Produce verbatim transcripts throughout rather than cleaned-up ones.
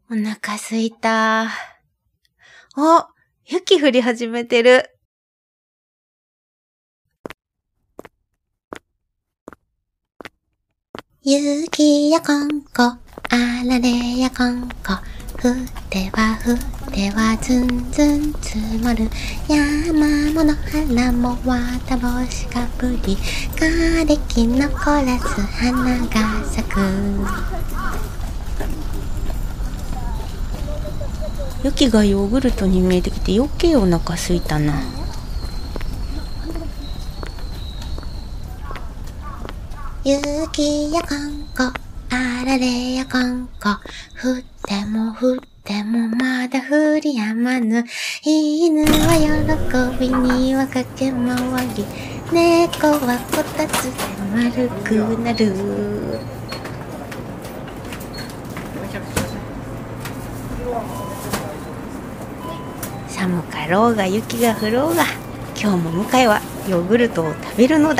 お腹すいた。お、雪降り始めてる。 雪やこんこ、あられやこんこ、降っては降ってはずんずん積もる。山も野原も綿帽子かぶり、枯れ木のコラス花が咲く。 雪がヨーグルトに見えてきて余計お腹すいたな。 雪やこんこ、あられやこんこ、降っても降ってもまだ降りやまぬ。犬は喜びには駆け回り、猫はこたつで丸くなる。 寒かろうが雪が降ろうが、今日も向井はヨーグルトを食べるのだ。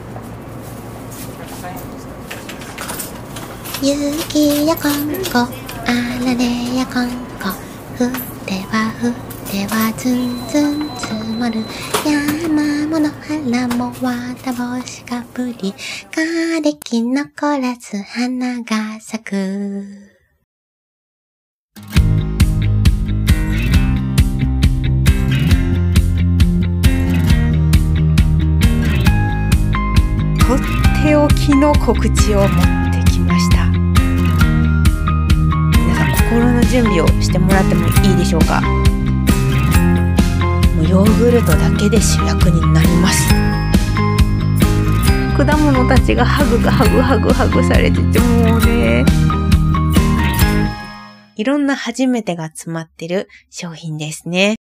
雪やこんこ、あられやこんこ、降っては降ってはずんずん積もる。山も野原も綿帽子かぶり、枯れ木のコラス花が咲く。 とっておきの告知を持ってきました。皆さん心の準備をしてもらってもいいでしょうか。もうヨーグルトだけで主役になります。果物たちがハグがハグハグハグされてて、もうね、いろんな初めてが詰まってる商品ですね。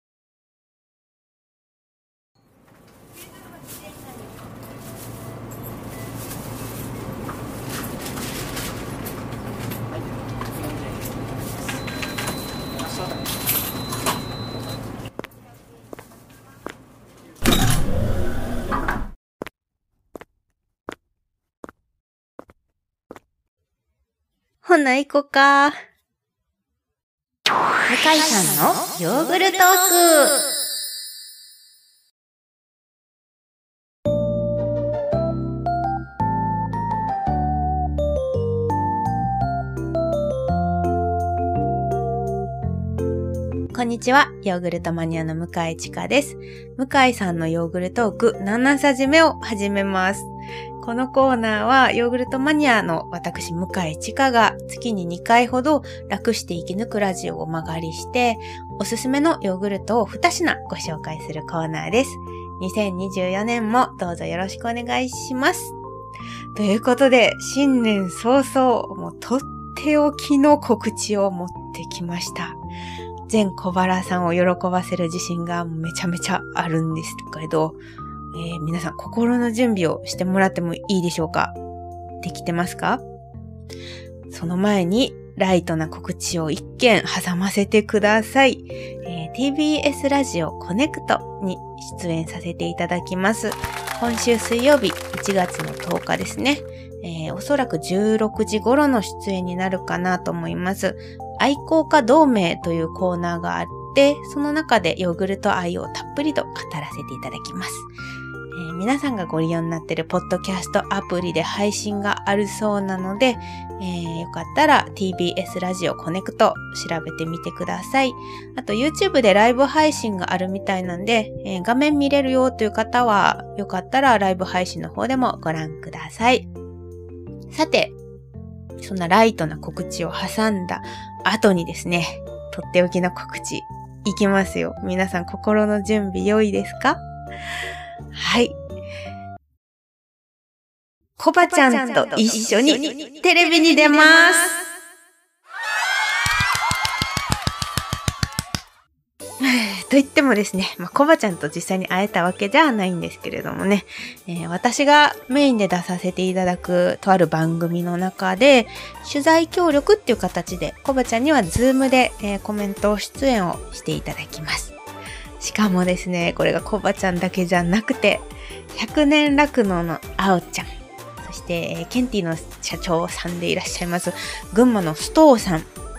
ほな行こっか。向井さんのヨーグルトーク。こんにちは、ヨーグルトマニアの向井千佳です。向井さんのヨーグルトークななさじめを始めます。このコーナーはヨーグルトマニアの私向井千佳が月ににかいほど楽して生き抜くラジオを間借りしておすすめのヨーグルトをにひなご紹介するコーナーです。にせんにじゅうよねんもどうぞよろしくお願いします。ということで新年早々もうとっておきの告知を持ってきました。全小腹さんを喜ばせる自信がめちゃめちゃあるんですけど、えー、皆さん心の準備をしてもらってもいいでしょうか。できてますか？その前にライトな告知を一件挟ませてください。えー、ティービーエス ラジオコネクトに出演させていただきます。今週水曜日いちがつのとおかですね。えー、おそらくじゅうろくじ頃の出演になるかなと思います。愛好家同盟というコーナーがあって、その中でヨーグルト愛をたっぷりと語らせていただきます。えー、皆さんがご利用になっているポッドキャストアプリで配信があるそうなので、えー、よかったら ティービーエス ラジオコネクト調べてみてください。あと YouTube でライブ配信があるみたいなんで、えー、画面見れるよという方はよかったらライブ配信の方でもご覧ください。さて、そんなライトな告知を挟んだ後にですね、とっておきの告知いきますよ。皆さん心の準備良いですか？はい。コバちゃんと一緒にテレビに出ます。と言ってもですね、まあ、コバちゃんと実際に会えたわけじゃないんですけれどもね、えー、私がメインで出させていただくとある番組の中で取材協力っていう形でコバちゃんにはズームで、えー、コメント出演をしていただきます。しかもですね、これがコバちゃんだけじゃなくてひゃくねん酪農のあおちゃん、そして、えー、ケンティの社長さんでいらっしゃいます群馬のストーさん、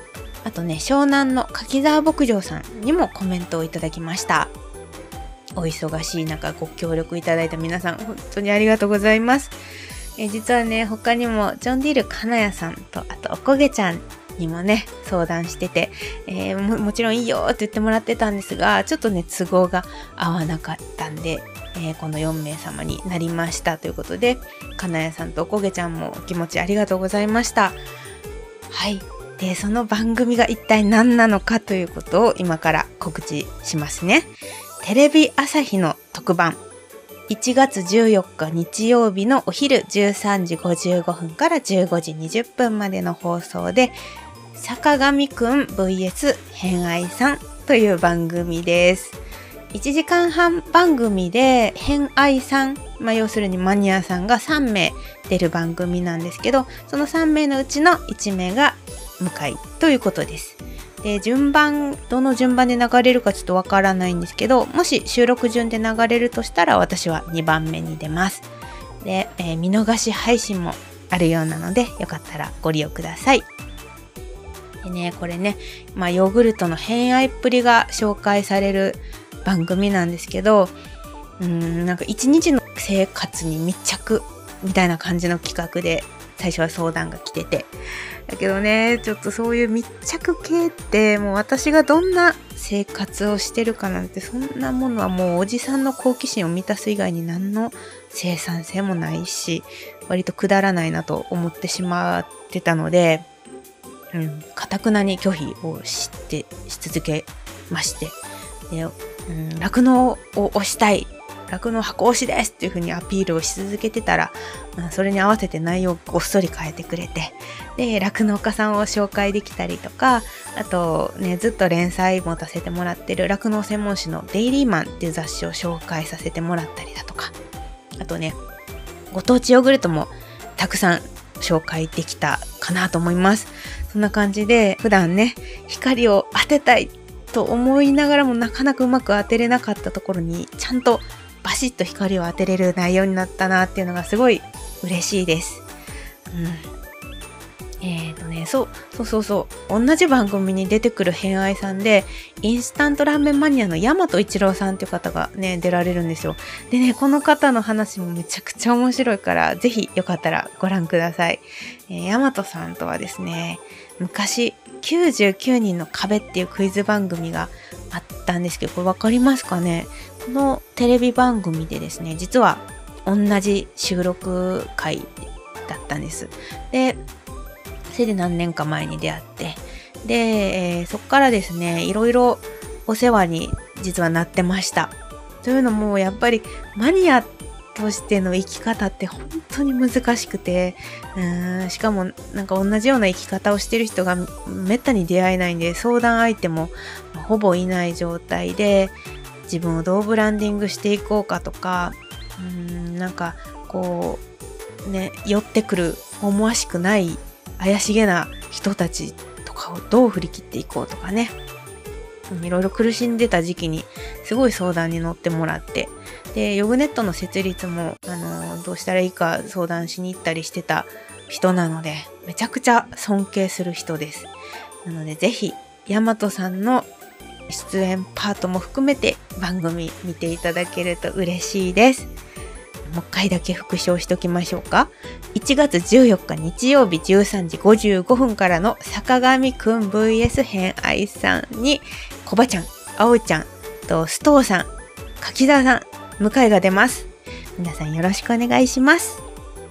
あとね、湘南の柿沢牧場さんにもコメントをいただきました。お忙しい中ご協力いただいた皆さん、本当にありがとうございます。え実はね、他にもジョンディル金谷さんと、あとおこげちゃんにもね相談してて、えー、も, もちろんいいよって言ってもらってたんですが、ちょっとね都合が合わなかったんで、えー、このよんめいさまになりましたということで、金谷さんとおこげちゃんもお気持ちありがとうございました。はい。で、その番組が一体何なのかということを今から告知しますね。テレビ朝日の特番、いちがつじゅうよっか日曜日のお昼じゅうさんじごじゅうごふんからじゅうごじにじゅっぷんまでの放送で、坂上くん ブイエス 偏愛さんという番組です。いちじかんはん番組で偏愛さん、まあ、要するにマニアさんがさんめい出る番組なんですけど、そのさんめいのうちのいちめいが向井ということです。で、順番、どの順番で流れるかちょっとわからないんですけど、もし収録順で流れるとしたら私はにばんめに出ます。で、えー、見逃し配信もあるようなので、よかったらご利用ください。でね、これね、まあヨーグルトの偏愛っぷりが紹介される番組なんですけど、うーん、なんか一日の生活に密着みたいな感じの企画で最初は相談が来てて、だけどね、ちょっとそういう密着系ってもう私がどんな生活をしてるかなんて、そんなものはもうおじさんの好奇心を満たす以外に何の生産性もないし、割とくだらないなと思ってしまってたので、うん、堅くなに拒否をしてし続けまして、で、うん、酪農を推したい、酪農箱推しですっていう風にアピールをし続けてたら、まあ、それに合わせて内容をごっそり変えてくれて、で、酪農家さんを紹介できたりとか、あとね、ずっと連載持たせてもらってる酪農専門誌のデイリーマンっていう雑誌を紹介させてもらったりだとか、あとね、ご当地ヨーグルトもたくさん紹介できたかなと思います。そんな感じで、普段ね、光を当てたいと思いながらもなかなかうまく当てれなかったところに、ちゃんとバシッと光を当てれる内容になったなっていうのがすごい嬉しいです。うん。えーとね、そう、そうそうそう。同じ番組に出てくる偏愛さんで、インスタントラーメンマニアの大和一郎さんっていう方がね、出られるんですよ。でね、この方の話もめちゃくちゃ面白いから、ぜひよかったらご覧ください。えー、大和さんとはですね、昔、きゅうじゅうきゅうにんの壁っていうクイズ番組があったんですけど、これわかりますかね？このテレビ番組でですね、実は同じ収録回だったんです。で、それで何年か前に出会って、で、えー、そこからですね、いろいろお世話に実はなってました。というのも、やっぱりマニアとしての生き方って本当に難しくて、うーん、しかもなんか同じような生き方をしてる人がめったに出会えないんで、相談相手もほぼいない状態で、自分をどうブランディングしていこうかとか、うーん、なんかこうね、寄ってくる思わしくない怪しげな人たちとかをどう振り切っていこうとかね、いろいろ苦しんでた時期にすごい相談に乗ってもらって、でヨグネットの設立もあのどうしたらいいか相談しに行ったりしてた人なので、めちゃくちゃ尊敬する人です。なのでぜひ大和さんの出演パートも含めて番組見ていただけると嬉しいです。もう一回だけ復唱しときましょうか。いちがつじゅうよっか日曜日じゅうさんじごじゅうごふんからの坂上くん ブイエス 偏愛さんにコバちゃん、あおちゃんとストーさん、柿沢さん、向井が出ます。皆さんよろしくお願いします。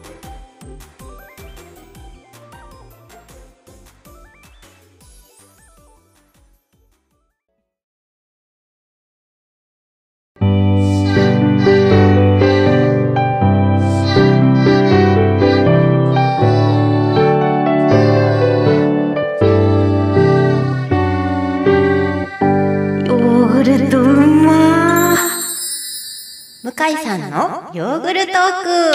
向井さんのヨーグルトーク。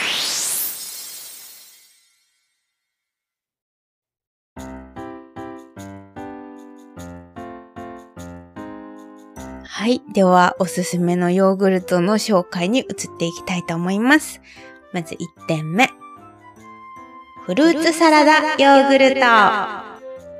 はい。では、おすすめのヨーグルトの紹介に移っていきたいと思います。まずいってんめ。フルーツサラダヨーグルト。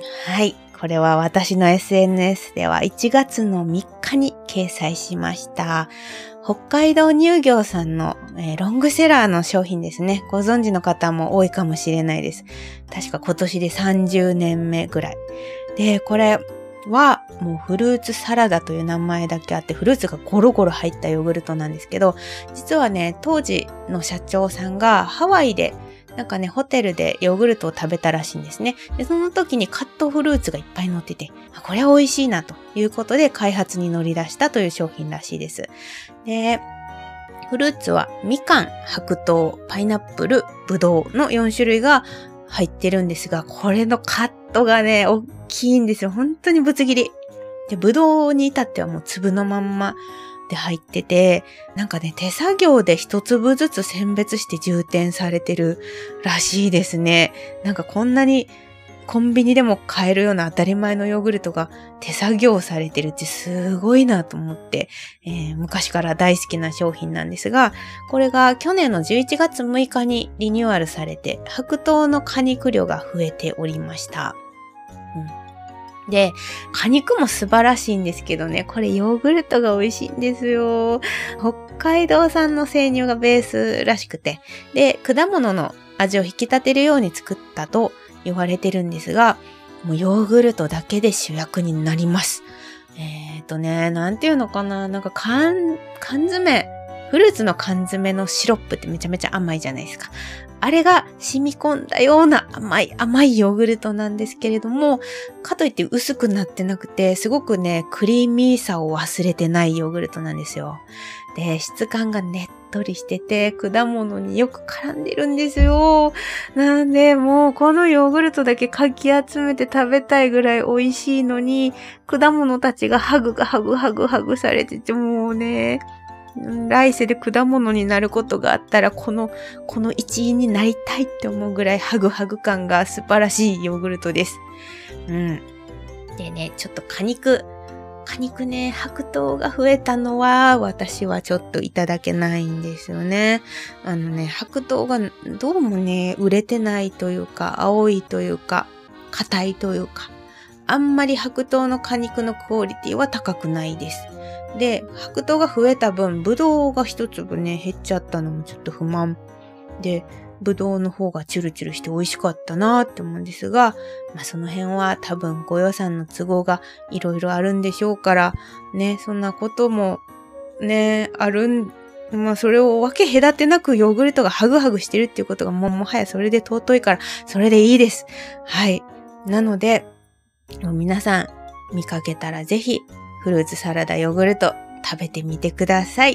はい。これは私の エスエヌエス ではいちがつのみっかに掲載しました。北海道乳業さんの、えー、ロングセラーの商品ですね。ご存知の方も多いかもしれないです。確か今年でさんじゅうねんめぐらい。で、これはもうフルーツサラダという名前だけあって、フルーツがゴロゴロ入ったヨーグルトなんですけど、実はね、当時の社長さんがハワイでなんかね、ホテルでヨーグルトを食べたらしいんですね。で、その時にカットフルーツがいっぱい乗ってて、これは美味しいなということで開発に乗り出したという商品らしいです。で、フルーツはみかん、白桃、パイナップル、ぶどうのよんしゅるいが入ってるんですが、これのカットがね、大きいんですよ。本当にぶつ切り。で、ぶどうに至ってはもう粒のまんまで入ってて、なんかね、手作業で一粒ずつ選別して充填されてるらしいですね。なんかこんなにコンビニでも買えるような当たり前のヨーグルトが手作業されてるってすごいなと思って、えー、昔から大好きな商品なんですが、これが去年のじゅういちがつむいかにリニューアルされて、白桃の果肉量が増えておりました。うんで、果肉も素晴らしいんですけどね、これヨーグルトが美味しいんですよ。北海道産の生乳がベースらしくて、で、果物の味を引き立てるように作ったと言われてるんですが、もうヨーグルトだけで主役になります。えーとね、なんていうのかな、なんか缶、缶詰、フルーツの缶詰のシロップってめちゃめちゃ甘いじゃないですか。あれが染み込んだような甘い甘いヨーグルトなんですけれども、かといって薄くなってなくて、すごくね、クリーミーさを忘れてないヨーグルトなんですよ。で、質感がねっとりしてて、果物によく絡んでるんですよ。なんで、もうこのヨーグルトだけかき集めて食べたいぐらい美味しいのに、果物たちがハグがハグハグハグされてて、もうね、来世で果物になることがあったら、この、この一員になりたいって思うぐらいハグハグ感が素晴らしいヨーグルトです。うん。でね、ちょっと果肉、果肉ね、白桃が増えたのは、私はちょっといただけないんですよね。あのね、白桃がどうもね、売れてないというか、青いというか、硬いというか、あんまり白桃の果肉のクオリティは高くないです。で、白桃が増えた分、ぶどうが一粒ね、減っちゃったのもちょっと不満。で、ぶどうの方がチュルチュルして美味しかったなーって思うんですが、まあその辺は多分ご予算の都合がいろいろあるんでしょうから、ね、そんなこともね、あるん、まあそれを分け隔てなくヨーグルトがハグハグしてるっていうことがもうもはやそれで尊いから、それでいいです。はい。なので、皆さん見かけたらぜひ、フルーツサラダヨーグルト食べてみてください。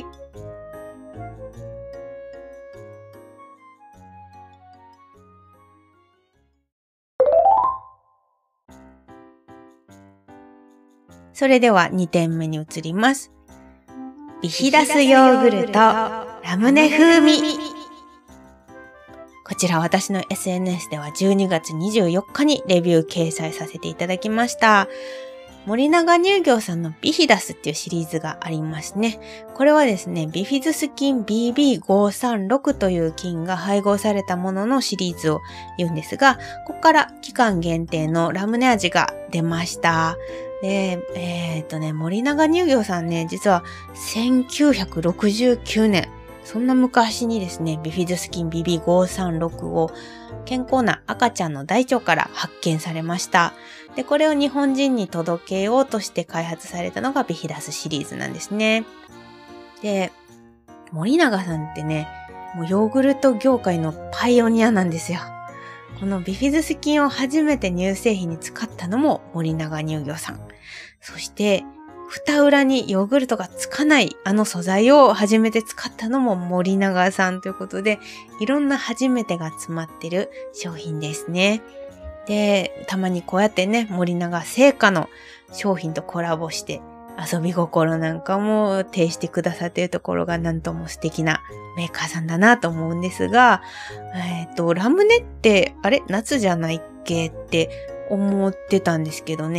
それではにてんめに移ります。ビヒダスヨーグルトラムネ風味。こちら私の エスエヌエス ではじゅうにがつにじゅうよっかにレビュー掲載させていただきました。森永乳業さんのビヒダスっていうシリーズがありますね。これはですね、ビフィズス菌 ビービーごーさんろく という菌が配合されたもののシリーズを言うんですが、ここから期間限定のラムネ味が出ました。で、えーっとね、森永乳業さんね、実はせんきゅうひゃくろくじゅうきゅうねん、そんな昔にですね、ビフィズス菌 ビービーごーさんろく を健康な赤ちゃんの大腸から発見されました。で、これを日本人に届けようとして開発されたのがビヒダスシリーズなんですね。で、森永さんってね、もうヨーグルト業界のパイオニアなんですよ。このビフィズス菌を初めて乳製品に使ったのも森永乳業さん。そして、蓋裏にヨーグルトがつかないあの素材を初めて使ったのも森永さんということで、いろんな初めてが詰まってる商品ですね。で、たまにこうやってね、森永製菓の商品とコラボして遊び心なんかも呈してくださっているところがなんとも素敵なメーカーさんだなと思うんですが、えっと、ラムネって、あれ夏じゃないっけって思ってたんですけどね。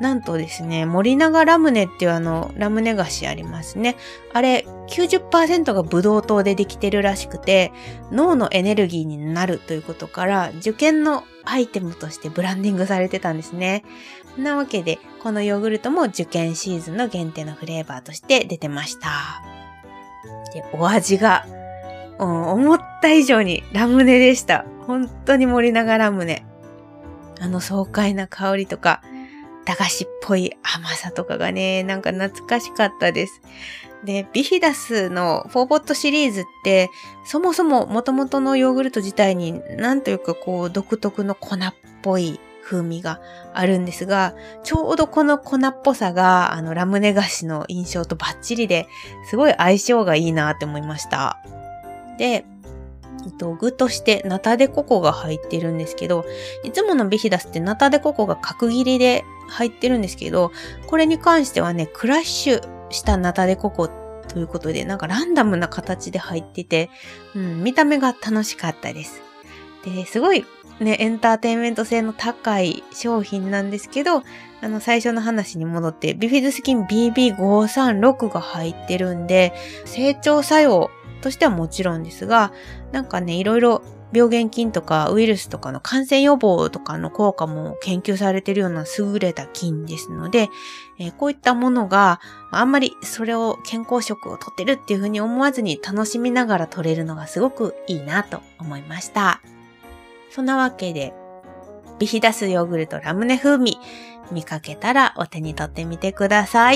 なんとですね、森永ラムネっていうあの、ラムネ菓子ありますね。あれ、きゅうじゅっパーセント がブドウ糖でできてるらしくて、脳のエネルギーになるということから、受験のアイテムとしてブランディングされてたんですね。なわけで、このヨーグルトも受験シーズンの限定のフレーバーとして出てました。で、お味が、うん、思った以上にラムネでした。本当に森永ラムネ。あの爽快な香りとか、駄菓子っぽい甘さとかがね、なんか懐かしかったです。で、ビヒダスのフォーポットシリーズって、そもそも元々のヨーグルト自体になんというかこう独特の粉っぽい風味があるんですが、ちょうどこの粉っぽさがあのラムネ菓子の印象とバッチリで、すごい相性がいいなって思いました。で、具としてナタデココが入ってるんですけど、いつものビヒダスってナタデココが角切りで入ってるんですけど、これに関してはね、クラッシュしたナタデココということで、なんかランダムな形で入ってて、うん、見た目が楽しかったです。で、すごいね、エンターテインメント性の高い商品なんですけど、あの最初の話に戻って、ビフィズスキン ビービーごーさんろく が入ってるんで、整腸作用としてはもちろんですが、なんかね、いろいろ病原菌とかウイルスとかの感染予防とかの効果も研究されているような優れた菌ですので、えー、こういったものがあんまりそれを健康食をとってるっていうふうに思わずに楽しみながら取れるのがすごくいいなと思いました。そんなわけで、ビヒダスヨーグルトラムネ風味、見かけたらお手に取ってみてください。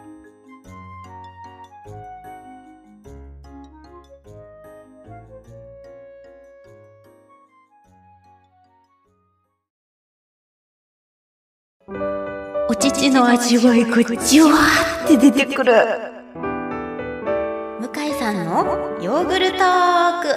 お乳の味わいがじわーって出てくる。向井さんのヨーグルトーク。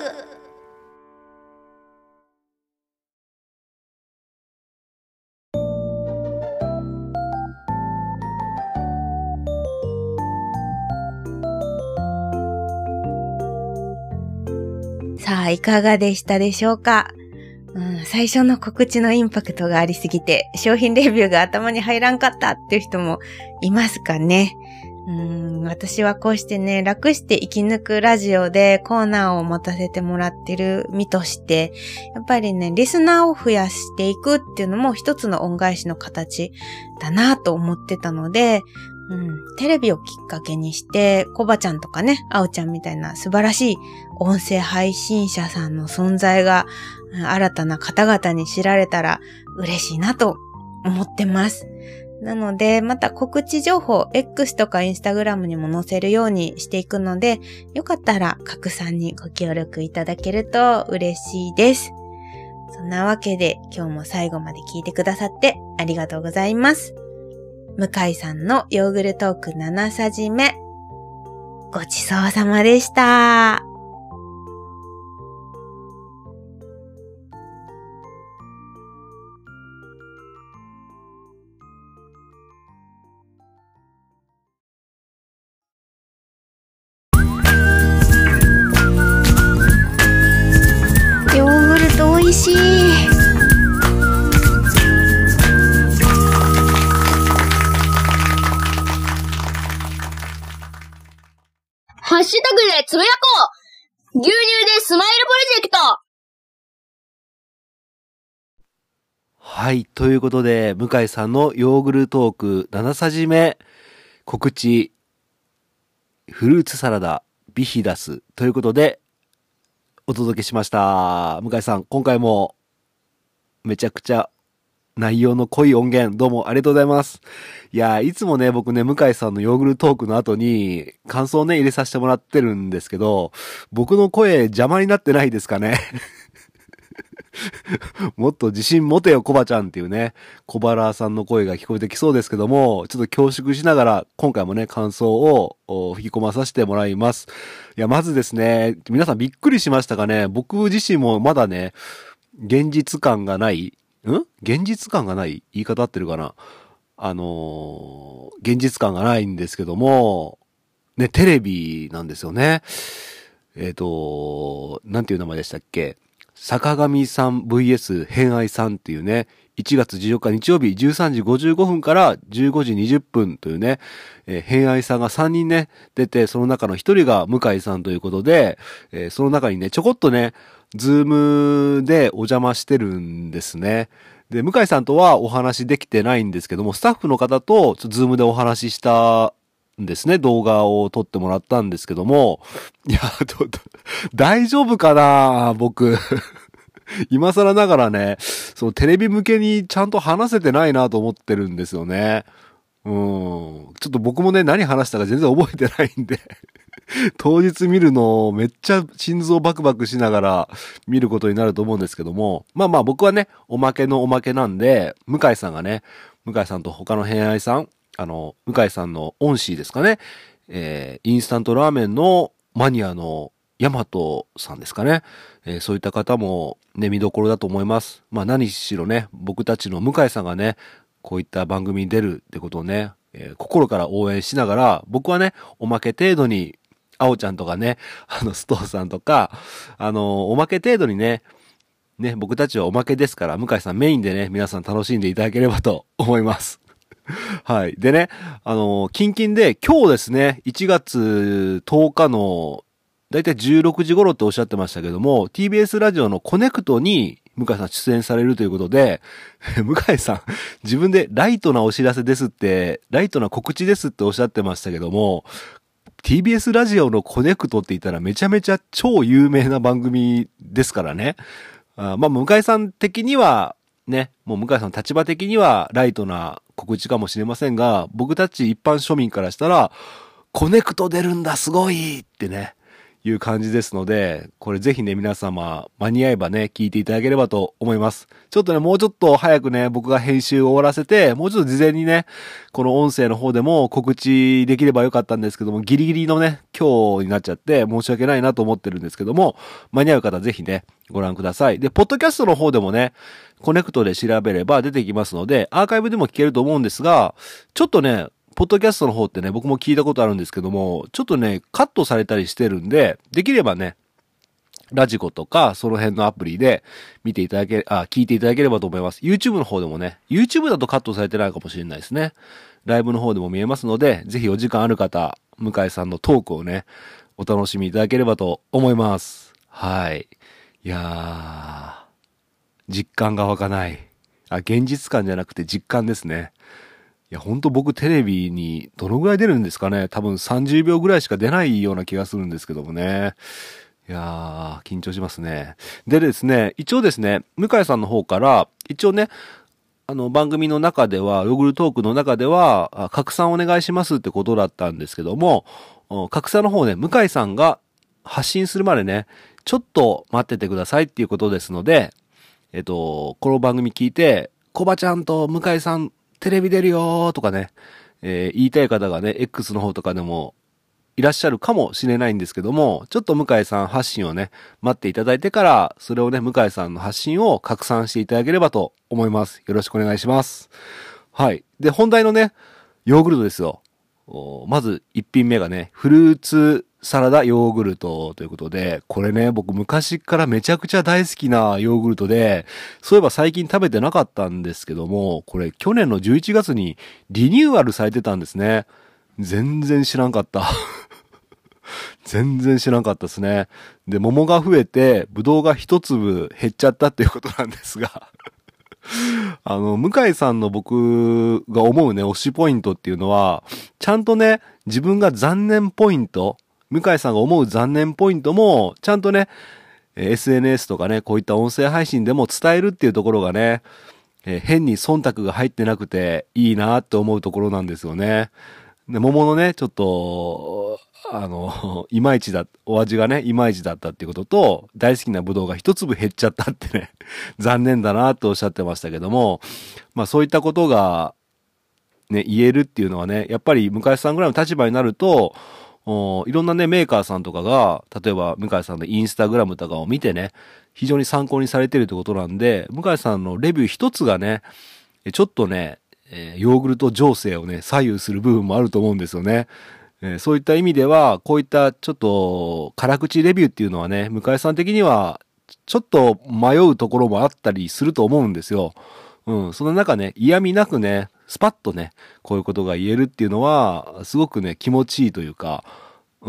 さあ、いかがでしたでしょうか？うん、最初の告知のインパクトがありすぎて、商品レビューが頭に入らんかったっていう人もいますかね。うん、私はこうしてね、楽して生き抜くラジオでコーナーを持たせてもらってる身として、やっぱりね、リスナーを増やしていくっていうのも一つの恩返しの形だなと思ってたので、うん、テレビをきっかけにして、コバちゃんとかね、あおちゃんみたいな素晴らしい音声配信者さんの存在が新たな方々に知られたら嬉しいなと思ってます。なので、また告知情報、X とか Instagram にも載せるようにしていくので、よかったら拡散にご協力いただけると嬉しいです。そんなわけで、今日も最後まで聞いてくださってありがとうございます。向井さんのヨーグルトークななさじめ、ごちそうさまでした。ヨーグルト美味しい。 ハッシュタグでつぶやこう！牛乳でスマイルプロジェクト。 はい。ということで、向井さんのヨーグルトークななさじめ告知、フルーツサラダ、ビヒダスということで、お届けしました。向井さん、今回もめちゃくちゃ内容の濃い音源、どうもありがとうございます。いや、いつもね、僕ね、向井さんのヨーグルトークの後に感想をね、入れさせてもらってるんですけど、僕の声邪魔になってないですかね。もっと自信持てよ、コバちゃんっていうね、小原さんの声が聞こえてきそうですけども、ちょっと恐縮しながら、今回もね、感想を吹き込まさせてもらいます。いや、まずですね、皆さんびっくりしましたかね。僕自身もまだね、現実感がない、ん現実感がない言い方合ってるかなあのー、現実感がないんですけども、ね、テレビなんですよね。えっと、なんていう名前でしたっけ？ 坂上さん ブイエス 偏愛さんっていうね、いちがつじゅうよっか日曜日じゅうさんじごじゅうごふんからじゅうごじにじゅっぷんというね、えー、偏愛さんがさんにんね、出て、その中のひとりが向井さんということで、えー、その中にね、ちょこっとね、ズームでお邪魔してるんですね。で、向井さんとはお話できてないんですけども、スタッフの方とズームでお話ししたんですね。動画を撮ってもらったんですけども、いや、ど、ど、大丈夫かな僕。今更ながらね、そのテレビ向けにちゃんと話せてないなと思ってるんですよね。うん。ちょっと僕もね、何話したか全然覚えてないんで、当日見るのめっちゃ心臓バクバクしながら見ることになると思うんですけども、まあまあ僕はね、おまけのおまけなんで、向井さんがね、向井さんと他の偏愛さん、あの、向井さんの恩師ですかね、えー、インスタントラーメンのマニアのヤマトさんですかね。えー、そういった方もね、見どころだと思います。まあ何しろね、僕たちの向井さんがね、こういった番組に出るってことをね、えー、心から応援しながら、僕はね、おまけ程度に、あおちゃんとかね、あの、ストーさんとか、あの、おまけ程度にね、ね、僕たちはおまけですから、向井さんメインでね、皆さん楽しんでいただければと思います。はい。でね、あの、キンキンで今日ですね、いちがつとおかのだいたいじゅうろくじ頃っておっしゃってましたけども、ティービーエス ラジオのコネクトに向井さん出演されるということで、向井さん、自分でライトなお知らせですって、ライトな告知ですっておっしゃってましたけども、ティービーエス ラジオのコネクトって言ったらめちゃめちゃ超有名な番組ですからね。あまあ、向井さん的には、ね、もう向井さんの立場的にはライトな告知かもしれませんが、僕たち一般庶民からしたら、コネクト出るんだすごいってね、いう感じですので、これぜひね、皆様、間に合えばね、聞いていただければと思います。ちょっとね、もうちょっと早くね、僕が編集を終わらせて、もうちょっと事前にね、この音声の方でも告知できればよかったんですけども、ギリギリのね、今日になっちゃって申し訳ないなと思ってるんですけども、間に合う方ぜひね、ご覧ください。で、ポッドキャストの方でもね、コネクトで調べれば出てきますので、アーカイブでも聞けると思うんですが、ちょっとね、ポッドキャストの方ってね、僕も聞いたことあるんですけども、ちょっとね、カットされたりしてるんで、できればね、ラジコとか、その辺のアプリで見ていただけ、あ、聞いていただければと思います。YouTube の方でもね、YouTube だとカットされてないかもしれないですね。ライブの方でも見えますので、ぜひお時間ある方、向井さんのトークをね、お楽しみいただければと思います。はい。いやー、実感が湧かない。あ、現実感じゃなくて実感ですね。いや、ほんと僕テレビにどのぐらい出るんですかね。多分さんじゅうびょうぐらいしか出ないような気がするんですけどもね。いやー、緊張しますね。でですね、一応ですね、向井さんの方から、一応ね、あの番組の中では、ヨーグルトークの中では、拡散お願いしますってことだったんですけども、拡散の方ね、向井さんが発信するまでね、ちょっと待っててくださいっていうことですので、えっと、この番組聞いて、コバちゃんと向井さん、テレビ出るよーとかね、えー、言いたい方がね、X の方とかでもいらっしゃるかもしれないんですけども、ちょっと向井さん発信をね、待っていただいてから、それをね、向井さんの発信を拡散していただければと思います。よろしくお願いします。はい。で、本題のね、ヨーグルトですよ。まず一品目がね、フルーツサラダヨーグルトということで、これね、僕昔からめちゃくちゃ大好きなヨーグルトで、そういえば最近食べてなかったんですけども、これ去年のじゅういちがつにリニューアルされてたんですね。全然知らんかった。全然知らんかったですね。で、桃が増えて、ぶどうが一粒減っちゃったっていうことなんですが。あの、向井さんの僕が思うね、推しポイントっていうのは、ちゃんとね、自分が残念ポイント、向井さんが思う残念ポイントも、ちゃんとね、エスエヌエス とかね、こういった音声配信でも伝えるっていうところがね、えー、変に忖度が入ってなくていいなって思うところなんですよね。で、桃のね、ちょっと、あの、いまいちだ、お味がね、いまいちだったっていうことと、大好きなブドウが一粒減っちゃったってね、残念だなとおっしゃってましたけども、まあそういったことが、ね、言えるっていうのはね、やっぱり向井さんぐらいの立場になると、いろんなね、メーカーさんとかが、例えば向井さんのインスタグラムとかを見てね、非常に参考にされてるってことなんで、向井さんのレビュー一つがね、ちょっとね、えー、ヨーグルト情勢をね、左右する部分もあると思うんですよね。えー、そういった意味では、こういったちょっと辛口レビューっていうのはね、向井さん的にはちょっと迷うところもあったりすると思うんですよ。うん。その中ね、嫌味なくね、スパッとね、こういうことが言えるっていうのは、すごくね、気持ちいいというか、うん。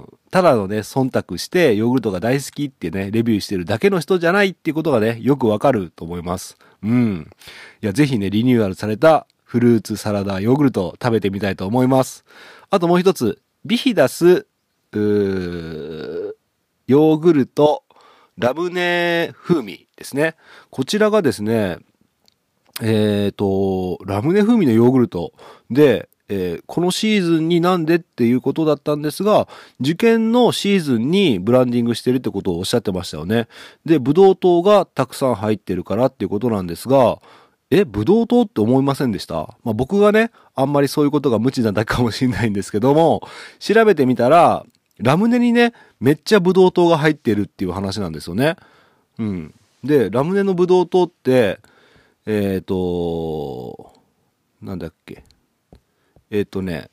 ただのね、忖度してヨーグルトが大好きってね、レビューしてるだけの人じゃないっていうことがね、よくわかると思います。うん。いや、ぜひね、リニューアルされたフルーツサラダヨーグルト食べてみたいと思います。あともう一つ、ビヒダス、うーヨーグルトラムネ風味ですね。こちらがですね、えっと、ラムネ風味のヨーグルトで、えーこのシーズンになんでっていうことだったんですが、受験のシーズンにブランディングしてるってことをおっしゃってましたよね。で、ブドウ糖がたくさん入ってるからっていうことなんですが、え、ブドウ糖って思いませんでした？まあ、僕がね、あんまりそういうことが無知なだけかもしれないんですけども、調べてみたら、ラムネにね、めっちゃブドウ糖が入ってるっていう話なんですよね。うん。で、ラムネのブドウ糖って、えっと、なんだっけ。えっとね、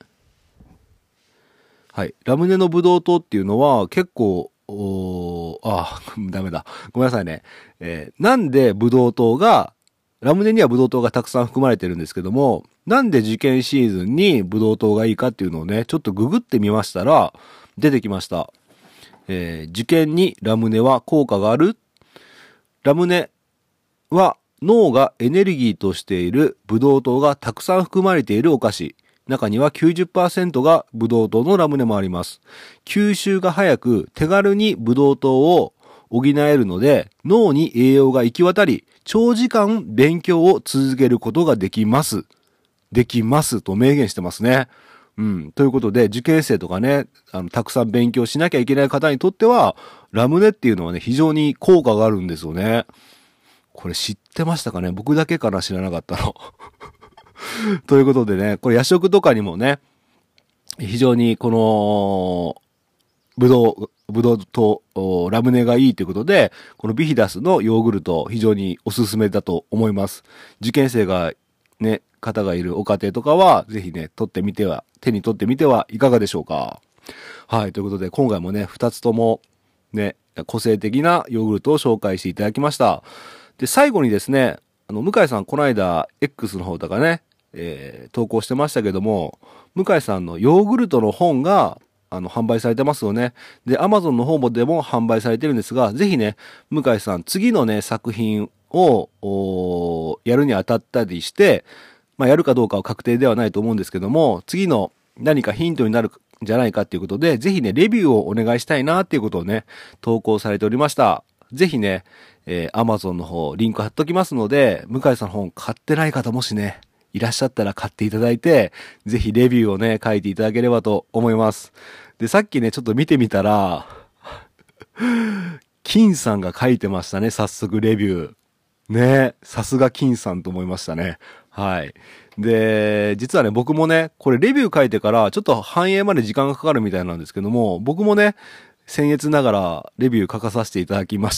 はい。ラムネのブドウ糖っていうのは結構、おーあ、ダメだ。ごめんなさいね。えーなんでブドウ糖が、ラムネにはブドウ糖がたくさん含まれてるんですけども、なんで受験シーズンにブドウ糖がいいかっていうのをね、ちょっとググってみましたら、出てきました。えー受験にラムネは効果がある？ラムネは脳がエネルギーとしているブドウ糖がたくさん含まれているお菓子。中には きゅうじゅっパーセント がブドウ糖のラムネもあります。吸収が早く手軽にブドウ糖を補えるので、脳に栄養が行き渡り、長時間勉強を続けることができます。できますと明言してますね。うん。ということで、受験生とかね、あの、たくさん勉強しなきゃいけない方にとっては、ラムネっていうのはね、非常に効果があるんですよね。これ知ってましたかね？僕だけかな、知らなかったの。ということでね、これ夜食とかにもね、非常にこの、ぶどう、ぶどうとおラムネがいいということで、このビヒダスのヨーグルト、非常におすすめだと思います。受験生がね、方がいるお家庭とかは、ぜひね、取ってみては、手に取ってみてはいかがでしょうか。はい、ということで、今回もね、二つとも、ね、個性的なヨーグルトを紹介していただきました。で、最後にですね、あの、向井さん、この間、X の方とかね、えー投稿してましたけども、向井さんのヨーグルトの本が、あの、販売されてますよね。で、Amazon の方もでも販売されてるんですが、ぜひね、向井さん、次のね、作品を、おーやるにあたったりして、まあ、やるかどうかは確定ではないと思うんですけども、次の何かヒントになるんじゃないかっていうことで、ぜひね、レビューをお願いしたいなっていうことをね、投稿されておりました。ぜひね、えー、Amazon の方、リンク貼っときますので、向井さんの本買ってない方もしね、いらっしゃったら買っていただいて、ぜひレビューをね、書いていただければと思います。で、さっきね、ちょっと見てみたら、金さんが書いてましたね、早速レビュー。ね、さすが金さんと思いましたね。はい。で、実はね、僕もね、これレビュー書いてから、ちょっと反映まで時間がかかるみたいなんですけども、僕もね、僭越ながらレビュー書かさせていただきました。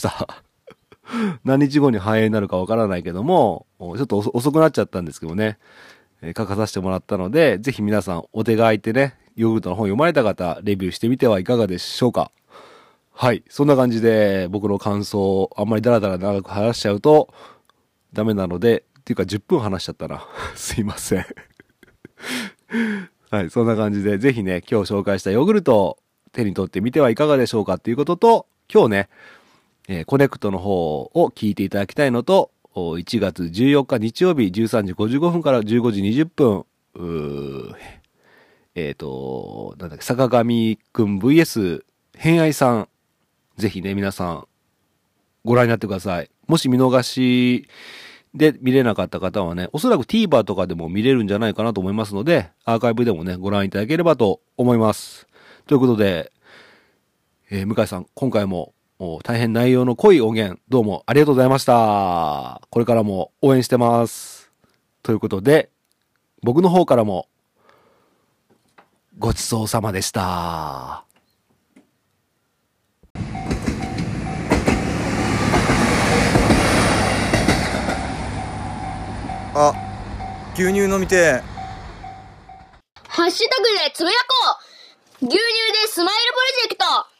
何日後に反映になるかわからないけども、ちょっと遅くなっちゃったんですけどね、えー書かさせてもらったので、ぜひ皆さんお手が空いてね、ヨーグルトの本読まれた方、レビューしてみてはいかがでしょうか。はい。そんな感じで、僕の感想、あんまりダラダラ長く話しちゃうと、ダメなので、っていうかじゅっぷん話しちゃったな。すいません。はい。そんな感じで、ぜひね、今日紹介したヨーグルトを手に取ってみてはいかがでしょうかっていうことと、今日ね、えーコネクトの方を聞いていただきたいのと、おいちがつじゅうよっか日曜日じゅうさんじごじゅうごふんからじゅうごじにじゅっぷん、うーえっ、と、なんだっけ、坂上くん ブイエス 偏愛さん、ぜひね、皆さん、ご覧になってください。もし見逃しで見れなかった方はね、おそらく TVer とかでも見れるんじゃないかなと思いますので、アーカイブでもね、ご覧いただければと思います。ということで、えー向井さん、今回もお大変内容の濃い音源、どうもありがとうございました。これからも応援してます。ということで、僕の方からも、ごちそうさまでした。 あ、牛乳飲みてえ。 ハッシュタグでつぶやこう。牛乳でスマイルプロジェクト。